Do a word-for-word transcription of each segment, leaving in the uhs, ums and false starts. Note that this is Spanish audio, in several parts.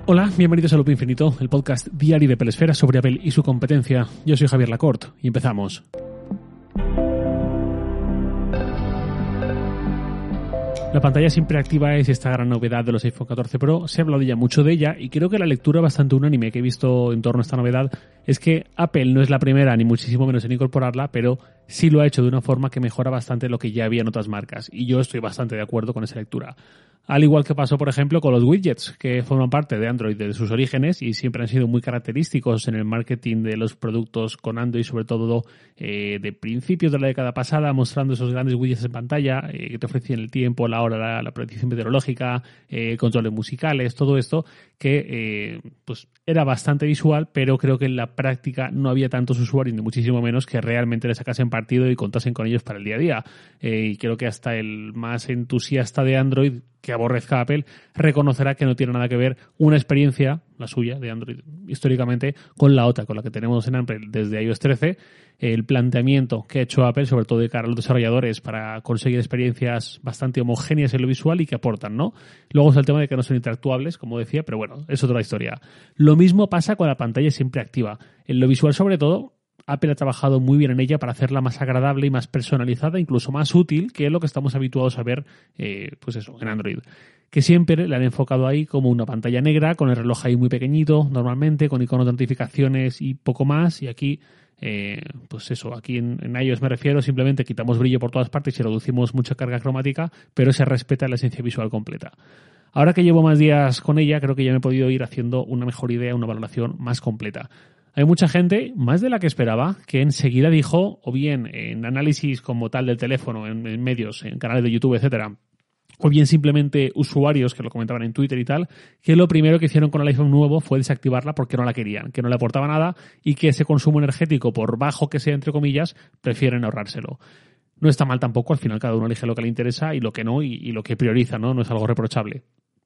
Hola, bienvenidos a Loop Infinito, el podcast diario de Pelesfera sobre Apple y su competencia. Yo soy Javier Lacorte y empezamos. La pantalla siempre activa es esta gran novedad de los iPhone catorce Pro. Se ha hablado ya mucho de ella y creo que la lectura bastante unánime que he visto en torno a esta novedad es que Apple no es la primera ni muchísimo menos en incorporarla, pero sí lo ha hecho de una forma que mejora bastante lo que ya había en otras marcas. Y yo estoy bastante de acuerdo con esa lectura. Al igual que pasó, por ejemplo, con los widgets, que forman parte de Android desde sus orígenes y siempre han sido muy característicos en el marketing de los productos con Android, sobre todo eh, de principios de la década pasada, mostrando esos grandes widgets en pantalla eh, que te ofrecían el tiempo, la hora, la, la predicción meteorológica, eh, controles musicales, todo esto que eh, pues era bastante visual, pero creo que en la práctica no había tantos usuarios, ni muchísimo menos, que realmente le sacasen partido y contasen con ellos para el día a día. Eh, y creo que hasta el más entusiasta de Android que aborrezca a Apple, reconocerá que no tiene nada que ver una experiencia, la suya, de Android históricamente, con la otra, con la que tenemos en Apple desde iOS trece. El planteamiento que ha hecho Apple, sobre todo de cara a los desarrolladores, para conseguir experiencias bastante homogéneas en lo visual y que aportan, ¿no? Luego es el tema de que no son interactuables, como decía, pero bueno, es otra historia. Lo mismo pasa con la pantalla siempre activa. En lo visual, sobre todo, Apple ha trabajado muy bien en ella para hacerla más agradable y más personalizada, incluso más útil que lo que estamos habituados a ver, eh, pues eso, en Android. Que siempre la han enfocado ahí como una pantalla negra, con el reloj ahí muy pequeñito, normalmente, con iconos de notificaciones y poco más. Y aquí, eh, pues eso, aquí en, en iOS me refiero, simplemente quitamos brillo por todas partes y reducimos mucha carga cromática, pero se respeta la esencia visual completa. Ahora que llevo más días con ella, creo que ya me he podido ir haciendo una mejor idea, una valoración más completa. Hay mucha gente, más de la que esperaba, que enseguida dijo, o bien en análisis como tal del teléfono, en, en medios, en canales de YouTube, etcétera, o bien simplemente usuarios que lo comentaban en Twitter y tal, que lo primero que hicieron con el iPhone nuevo fue desactivarla porque no la querían, que no le aportaba nada y que ese consumo energético, por bajo que sea, entre comillas, prefieren ahorrárselo. No está mal tampoco, al final cada uno elige lo que le interesa y lo que no, y, y lo que prioriza, ¿no? No es algo reprochable.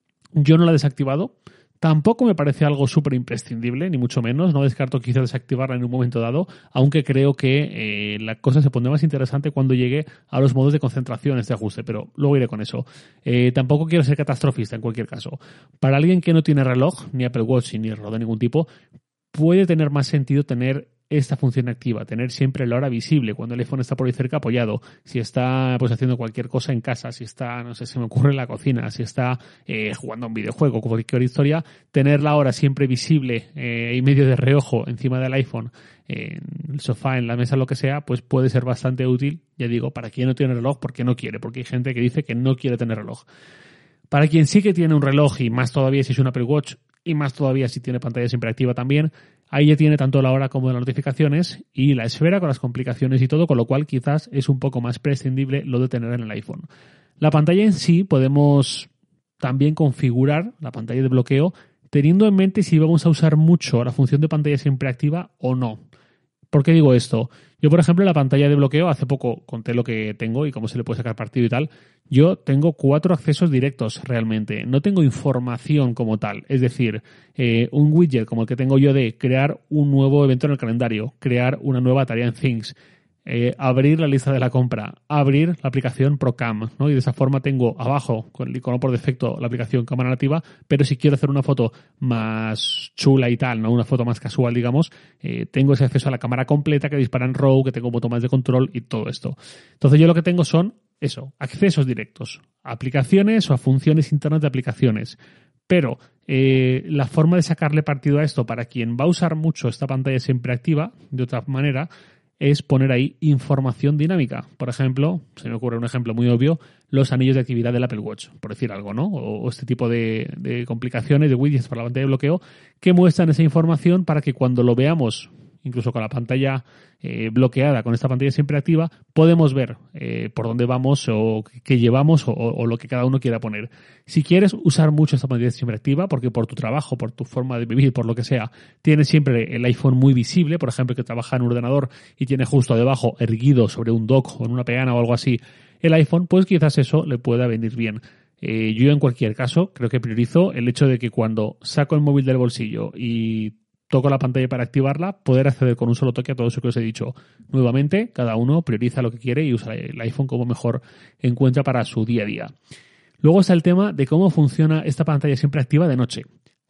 Yo no la he desactivado. Tampoco me parece algo súper imprescindible, ni mucho menos. No descarto quizás desactivarla en un momento dado, aunque creo que eh, la cosa se pondrá más interesante cuando llegue a los modos de concentración este ajuste, pero luego iré con eso. Eh, tampoco quiero ser catastrofista en cualquier caso. Para alguien que no tiene reloj, ni Apple Watch, ni reloj de ningún tipo, puede tener más sentido tener esta función activa, tener siempre la hora visible cuando el iPhone está por ahí cerca apoyado, si está pues haciendo cualquier cosa en casa, si está, no sé, se me ocurre en la cocina, si está eh, jugando a un videojuego, cualquier historia, tener la hora siempre visible eh, y medio de reojo encima del iPhone, eh, en el sofá, en la mesa, lo que sea, pues puede ser bastante útil, ya digo, para quien no tiene reloj, porque no quiere, porque hay gente que dice que no quiere tener reloj. Para quien sí que tiene un reloj, y más todavía si es un Apple Watch, y más todavía si tiene pantalla siempre activa también, ahí ya tiene tanto la hora como las notificaciones y la esfera con las complicaciones y todo, con lo cual quizás es un poco más prescindible lo de tener en el iPhone. La pantalla en sí podemos también configurar la pantalla de bloqueo teniendo en mente si vamos a usar mucho la función de pantalla siempre activa o no. ¿Por qué digo esto? Yo, por ejemplo, en la pantalla de bloqueo, hace poco conté lo que tengo y cómo se le puede sacar partido y tal. Yo tengo cuatro accesos directos realmente. No tengo información como tal. Es decir, eh, un widget como el que tengo yo de crear un nuevo evento en el calendario, crear una nueva tarea en Things, Eh, abrir la lista de la compra, abrir la aplicación ProCam, ¿no? Y de esa forma tengo abajo, con el icono por defecto, la aplicación cámara nativa, pero si quiero hacer una foto más chula y tal, ¿no? Una foto más casual, digamos, eh, tengo ese acceso a la cámara completa que dispara en RAW, que tengo un botón más de control y todo esto. Entonces yo lo que tengo son, eso, accesos directos a aplicaciones o a funciones internas de aplicaciones. Pero eh, la forma de sacarle partido a esto para quien va a usar mucho esta pantalla siempre activa, de otra manera, es poner ahí información dinámica. Por ejemplo, se me ocurre un ejemplo muy obvio, los anillos de actividad del Apple Watch, por decir algo, ¿no? O, o este tipo de, de complicaciones, de widgets para la pantalla de bloqueo, que muestran esa información para que cuando lo veamos, incluso con la pantalla eh, bloqueada, con esta pantalla siempre activa, podemos ver eh, por dónde vamos o qué llevamos o, o lo que cada uno quiera poner. Si quieres usar mucho esta pantalla siempre activa, porque por tu trabajo, por tu forma de vivir, por lo que sea, tienes siempre el iPhone muy visible, por ejemplo, que trabaja en un ordenador y tiene justo debajo, erguido sobre un dock o en una peana o algo así, el iPhone, pues quizás eso le pueda venir bien. Eh, yo en cualquier caso creo que priorizo el hecho de que cuando saco el móvil del bolsillo y toco la pantalla para activarla, poder acceder con un solo toque a todo eso que os he dicho. Nuevamente, cada uno prioriza lo que quiere y usa el iPhone como mejor encuentra para su día a día. Luego está el tema de cómo funciona esta pantalla siempre activa de noche.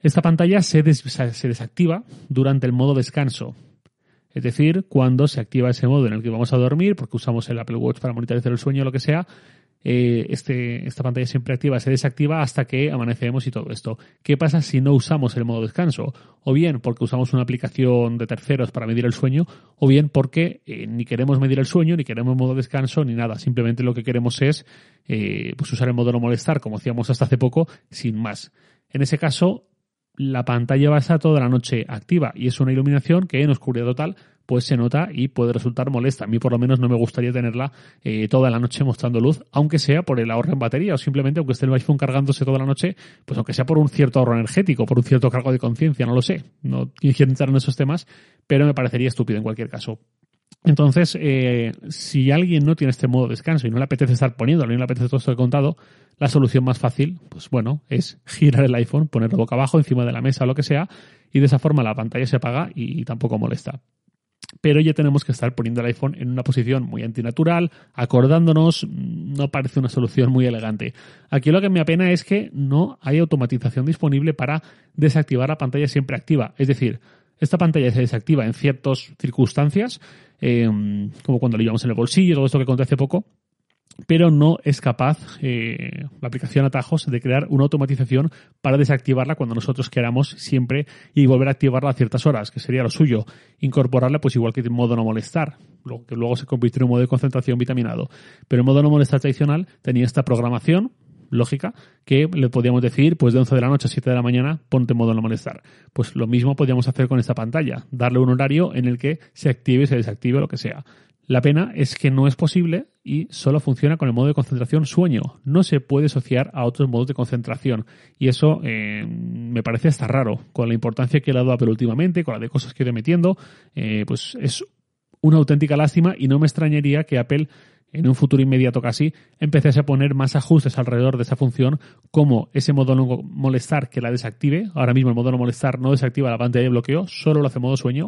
Esta pantalla se, des- se desactiva durante el modo descanso. Es decir, cuando se activa ese modo en el que vamos a dormir, porque usamos el Apple Watch para monitorizar el sueño o lo que sea, eh, este, esta pantalla siempre activa se desactiva hasta que amanecemos y todo esto. ¿Qué pasa si no usamos el modo descanso? O bien porque usamos una aplicación de terceros para medir el sueño, o bien porque eh, ni queremos medir el sueño, ni queremos modo descanso, ni nada. Simplemente lo que queremos es eh, pues usar el modo no molestar, como hacíamos hasta hace poco, sin más. En ese caso, la pantalla va a estar toda la noche activa y es una iluminación que en oscuridad total pues se nota y puede resultar molesta. A mí por lo menos no me gustaría tenerla eh, toda la noche mostrando luz, aunque sea por el ahorro en batería o simplemente aunque esté el iPhone cargándose toda la noche, pues aunque sea por un cierto ahorro energético, por un cierto cargo de conciencia, no lo sé. No quiero entrar en esos temas, pero me parecería estúpido en cualquier caso. Entonces, eh, si alguien no tiene este modo descanso y no le apetece estar poniéndolo y no le apetece todo esto que he contado, la solución más fácil, pues bueno, es girar el iPhone, ponerlo boca abajo encima de la mesa o lo que sea, y de esa forma la pantalla se apaga y tampoco molesta. Pero ya tenemos que estar poniendo el iPhone en una posición muy antinatural, acordándonos, no parece una solución muy elegante. Aquí lo que me apena es que no hay automatización disponible para desactivar la pantalla siempre activa. Es decir, esta pantalla se desactiva en ciertas circunstancias, eh, como cuando lo llevamos en el bolsillo, todo esto que conté hace poco, pero no es capaz eh, la aplicación Atajos de crear una automatización para desactivarla cuando nosotros queramos siempre y volver a activarla a ciertas horas, que sería lo suyo. Incorporarla pues igual que en modo no molestar, lo que luego se convirtió en un modo de concentración vitaminado. Pero el modo no molestar tradicional tenía esta programación lógica que le podíamos decir pues de once de la noche a siete de la mañana ponte en modo no molestar. Pues lo mismo podíamos hacer con esta pantalla, darle un horario en el que se active y se desactive lo que sea. La pena es que no es posible y solo funciona con el modo de concentración sueño. No se puede asociar a otros modos de concentración. Y eso eh, me parece hasta raro. Con la importancia que le ha dado Apple últimamente, con la de cosas que he ido metiendo, eh, pues es una auténtica lástima y no me extrañaría que Apple, en un futuro inmediato casi, empezase a poner más ajustes alrededor de esa función, como ese modo no molestar que la desactive. Ahora mismo el modo no molestar no desactiva la pantalla de bloqueo, solo lo hace modo sueño,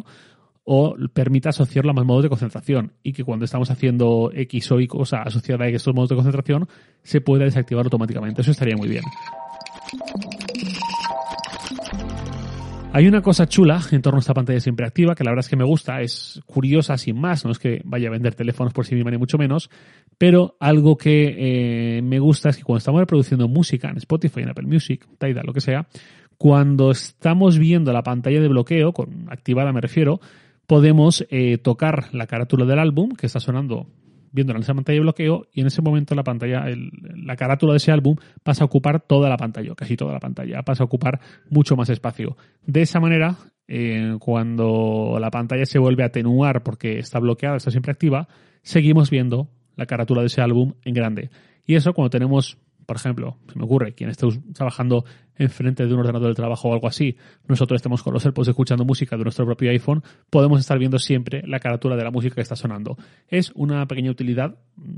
o permita asociarlo a más modos de concentración y que cuando estamos haciendo X o Y cosa asociada a estos modos de concentración se pueda desactivar automáticamente. Eso estaría muy bien. Hay una cosa chula en torno a esta pantalla siempre activa que la verdad es que me gusta, es curiosa sin más, no es que vaya a vender teléfonos por sí misma ni mucho menos, pero algo que eh, me gusta es que cuando estamos reproduciendo música en Spotify, en Apple Music, Tidal, lo que sea, cuando estamos viendo la pantalla de bloqueo, con activada me refiero, podemos eh, tocar la carátula del álbum que está sonando viéndola en esa pantalla de bloqueo y en ese momento la pantalla, el, la carátula de ese álbum pasa a ocupar toda la pantalla, casi toda la pantalla, pasa a ocupar mucho más espacio. De esa manera, eh, cuando la pantalla se vuelve a atenuar porque está bloqueada, está siempre activa, seguimos viendo la carátula de ese álbum en grande. Y eso cuando tenemos, por ejemplo, se me ocurre, quien esté trabajando enfrente de un ordenador de trabajo o algo así, nosotros estemos con los AirPods escuchando música de nuestro propio iPhone, podemos estar viendo siempre la carátula de la música que está sonando. Es una pequeña utilidad,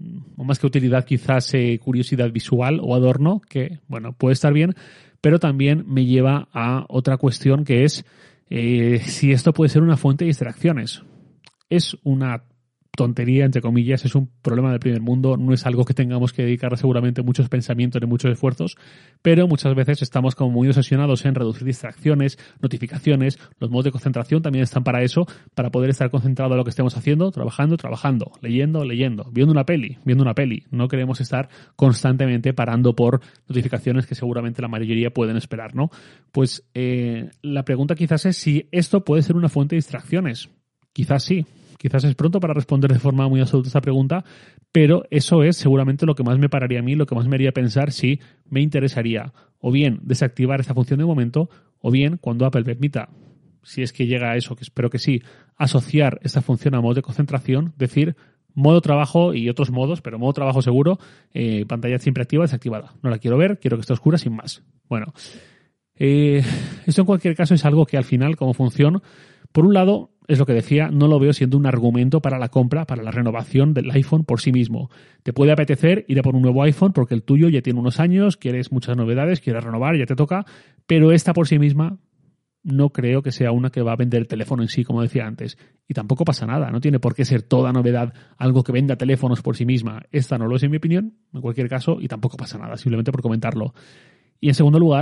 o más que utilidad quizás eh, curiosidad visual o adorno, que bueno, puede estar bien, pero también me lleva a otra cuestión que es eh, si esto puede ser una fuente de distracciones. Es una tontería, entre comillas, es un problema del primer mundo, no es algo que tengamos que dedicar seguramente muchos pensamientos ni muchos esfuerzos, pero muchas veces estamos como muy obsesionados en reducir distracciones, notificaciones, los modos de concentración también están para eso, para poder estar concentrado en lo que estemos haciendo, trabajando, trabajando, leyendo, leyendo, viendo una peli, viendo una peli. No queremos estar constantemente parando por notificaciones que seguramente la mayoría pueden esperar, ¿no? Pues eh, la pregunta quizás es si esto puede ser una fuente de distracciones. Quizás sí. Quizás es pronto para responder de forma muy absoluta a esta pregunta, pero eso es seguramente lo que más me pararía a mí, lo que más me haría pensar si me interesaría o bien desactivar esta función de momento o bien cuando Apple permita, si es que llega a eso, que espero que sí, asociar esta función a modos de concentración, decir modo trabajo y otros modos, pero modo trabajo seguro, eh, pantalla siempre activa, desactivada. No la quiero ver, quiero que esté oscura sin más. Bueno, eh, esto en cualquier caso es algo que al final, como función, por un lado, es lo que decía, no lo veo siendo un argumento para la compra, para la renovación del iPhone por sí mismo. Te puede apetecer ir a por un nuevo iPhone porque el tuyo ya tiene unos años, quieres muchas novedades, quieres renovar, ya te toca, pero esta por sí misma no creo que sea una que va a vender el teléfono en sí, como decía antes. Y tampoco pasa nada, no tiene por qué ser toda novedad algo que venda teléfonos por sí misma. Esta no lo es en mi opinión, en cualquier caso, y tampoco pasa nada, simplemente por comentarlo. Y en segundo lugar,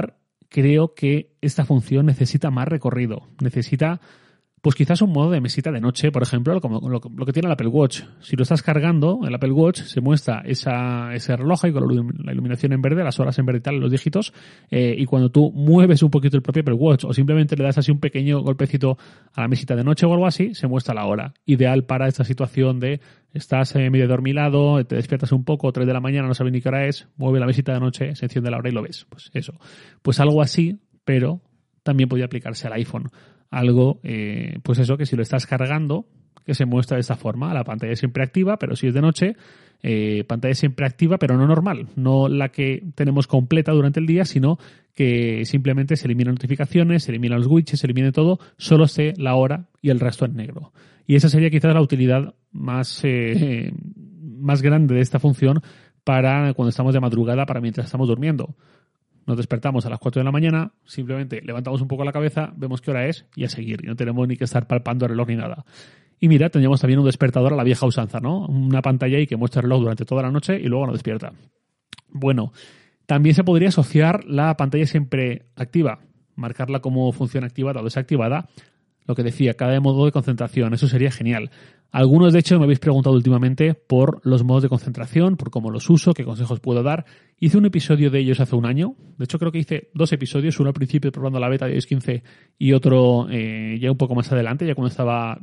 creo que esta función necesita más recorrido. Necesita, pues quizás un modo de mesita de noche, por ejemplo, como lo, lo que tiene el Apple Watch. Si lo estás cargando, el Apple Watch se muestra esa, ese reloj ahí con la iluminación en verde, las horas en verde y tal, los dígitos, eh, y cuando tú mueves un poquito el propio Apple Watch o simplemente le das así un pequeño golpecito a la mesita de noche o algo así, se muestra la hora. Ideal para esta situación de estás eh, medio dormilado, te despiertas un poco, tres de la mañana, no sabes ni qué hora es, mueve la mesita de noche, se enciende la hora y lo ves. Pues eso. Pues algo así, pero también podría aplicarse al iPhone. Algo, eh, pues eso, que si lo estás cargando, que se muestra de esta forma. La pantalla siempre activa, pero si es de noche, eh, pantalla siempre activa, pero no normal. No la que tenemos completa durante el día, sino que simplemente se eliminan notificaciones, se eliminan los widgets, se elimine todo, solo esté la hora y el resto en negro. Y esa sería quizás la utilidad más, eh, más grande de esta función para cuando estamos de madrugada, para mientras estamos durmiendo. Nos despertamos a las cuatro de la mañana, simplemente levantamos un poco la cabeza, vemos qué hora es y a seguir. Y no tenemos ni que estar palpando el reloj ni nada. Y mira, tendríamos también un despertador a la vieja usanza, ¿no? Una pantalla ahí que muestra el reloj durante toda la noche y luego nos despierta. Bueno, también se podría asociar la pantalla siempre activa, marcarla como función activada o desactivada. Lo que decía, cada modo de concentración, eso sería genial. Algunos, de hecho, me habéis preguntado últimamente por los modos de concentración, por cómo los uso, qué consejos puedo dar. Hice un episodio de ellos hace un año. De hecho, creo que hice dos episodios, uno al principio probando la beta de iOS quince y otro eh, ya un poco más adelante, ya cuando estaba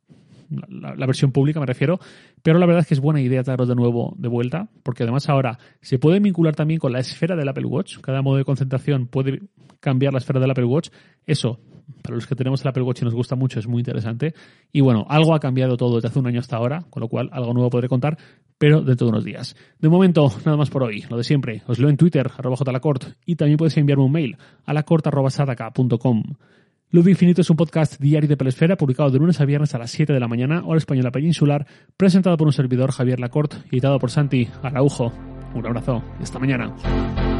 la, la versión pública, me refiero. Pero la verdad es que es buena idea traeros de nuevo de vuelta, porque además ahora se puede vincular también con la esfera del Apple Watch. Cada modo de concentración puede cambiar la esfera del Apple Watch. Eso, para los que tenemos el Apple Watch y nos gusta mucho, es muy interesante. Y bueno, algo ha cambiado todo desde hace un año hasta ahora, con lo cual algo nuevo podré contar, pero dentro de unos días. De momento, nada más por hoy. Lo de siempre. Os leo en Twitter, arroba jlacort, y también podéis enviarme un mail a lacort arroba sataka punto com. Loop Infinito es un podcast diario de Pelesfera, publicado de lunes a viernes a las siete de la mañana, hora española peninsular, presentado por un servidor, Javier Lacort, editado por Santi Araujo. Un abrazo y hasta mañana.